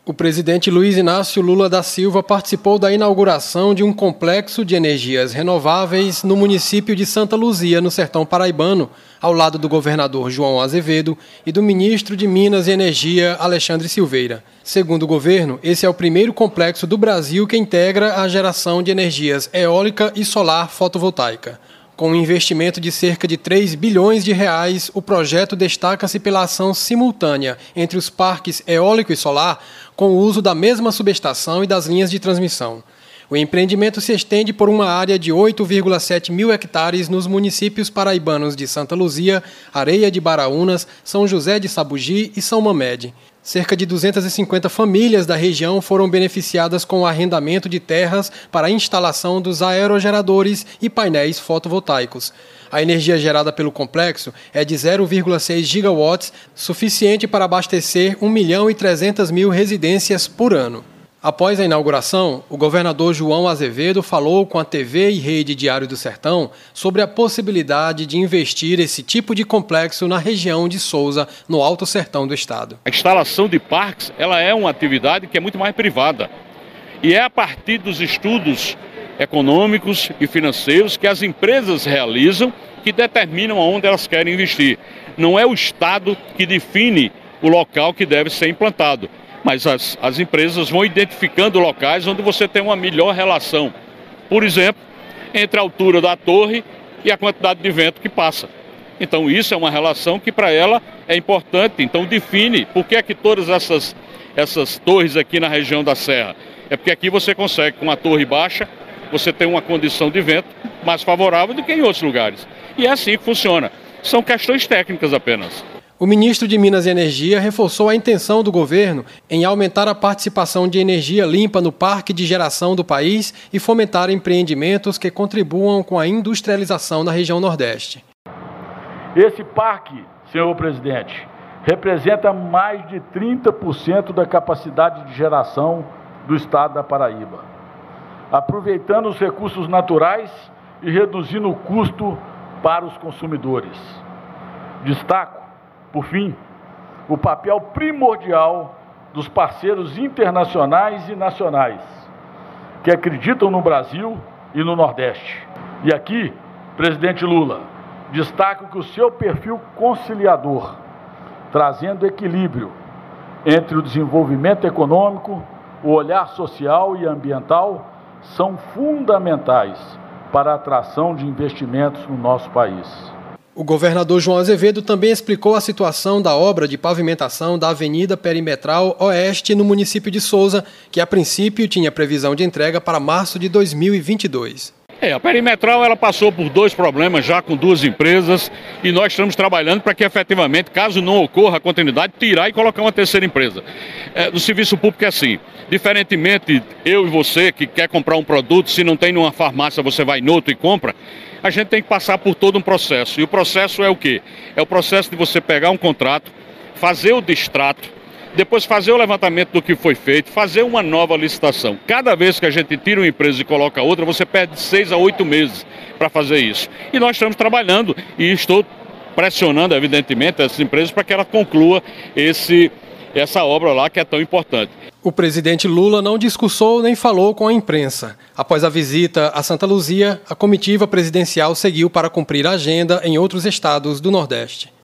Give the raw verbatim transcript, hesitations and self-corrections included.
O presidente Luiz Inácio Lula da Silva participou da inauguração de um complexo de energias renováveis no município de Santa Luzia, no sertão paraibano, ao lado do governador João Azevedo e do ministro de Minas e Energia, Alexandre Silveira. Segundo o governo, esse é o primeiro complexo do Brasil que integra a geração de energias eólica e solar fotovoltaica. Com um investimento de cerca de três bilhões de reais, o projeto destaca-se pela ação simultânea entre os parques eólico e solar, com o uso da mesma subestação e das linhas de transmissão. O empreendimento se estende por uma área de oito vírgula sete mil hectares nos municípios paraibanos de Santa Luzia, Areia de Baraunas, São José de Sabugi e São Mamede. Cerca de duzentas e cinquenta famílias da região foram beneficiadas com o arrendamento de terras para a instalação dos aerogeradores e painéis fotovoltaicos. A energia gerada pelo complexo é de zero vírgula seis gigawatts, suficiente para abastecer um milhão e trezentas mil residências por ano. Após a inauguração, o governador João Azevedo falou com a T V e Rede Diário do Sertão sobre a possibilidade de investir esse tipo de complexo na região de Souza, no Alto Sertão do estado. A instalação de parques ela é uma atividade que é muito mais privada. E é a partir dos estudos econômicos e financeiros que as empresas realizam que determinam aonde elas querem investir. Não é o Estado que define o local que deve ser implantado. Mas as, as empresas vão identificando locais onde você tem uma melhor relação. Por exemplo, entre a altura da torre e a quantidade de vento que passa. Então isso é uma relação que para ela é importante. Então define por que é que todas essas, essas torres aqui na região da Serra. É porque aqui você consegue, com uma torre baixa, você tem uma condição de vento mais favorável do que em outros lugares. E é assim que funciona. São questões técnicas apenas. O ministro de Minas e Energia reforçou a intenção do governo em aumentar a participação de energia limpa no parque de geração do país e fomentar empreendimentos que contribuam com a industrialização na região Nordeste. Esse parque, senhor presidente, representa mais de trinta por cento da capacidade de geração do estado da Paraíba, aproveitando os recursos naturais e reduzindo o custo para os consumidores. Destaco, por fim, o papel primordial dos parceiros internacionais e nacionais que acreditam no Brasil e no Nordeste. E aqui, presidente Lula, destaco que o seu perfil conciliador, trazendo equilíbrio entre o desenvolvimento econômico, o olhar social e ambiental, são fundamentais para a atração de investimentos no nosso país. O governador João Azevedo também explicou a situação da obra de pavimentação da Avenida Perimetral Oeste no município de Souza, que a princípio tinha previsão de entrega para março de dois mil e vinte e dois. É, a Perimetral ela passou por dois problemas já com duas empresas e nós estamos trabalhando para que efetivamente, caso não ocorra a continuidade, tirar e colocar uma terceira empresa. É, no serviço público é assim, diferentemente eu e você que quer comprar um produto, se não tem numa farmácia você vai em outro e compra, a gente tem que passar por todo um processo. E o processo é o quê? É o processo de você pegar um contrato, fazer o distrato, depois fazer o levantamento do que foi feito, fazer uma nova licitação. Cada vez que a gente tira uma empresa e coloca outra, você perde seis a oito meses para fazer isso. E nós estamos trabalhando e estou pressionando, evidentemente, essas empresas para que ela conclua esse, essa obra lá que é tão importante. O presidente Lula não discursou nem falou com a imprensa. Após a visita a Santa Luzia, a comitiva presidencial seguiu para cumprir a agenda em outros estados do Nordeste.